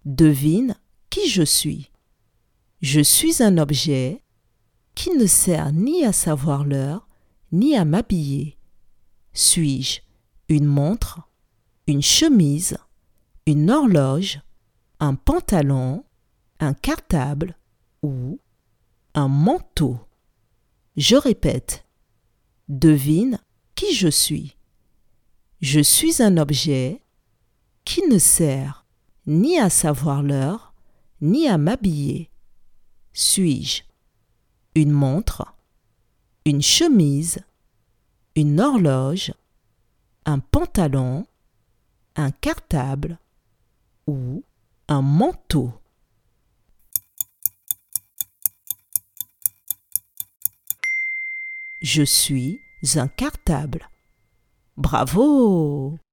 Devine qui je suis. Je suis un objet qui ne sert ni à savoir l'heure, ni à m'habiller. Suis-je une montre, une chemise, une horloge, un pantalon, un cartable ou un manteau? Je répète. Devine qui je suis. Je suis un objet qui ne sert ni à savoir l'heure, ni à m'habiller. Suis-je une montre, une chemise, une horloge, un pantalon, un cartable ou un manteau? Je suis un cartable. Bravo!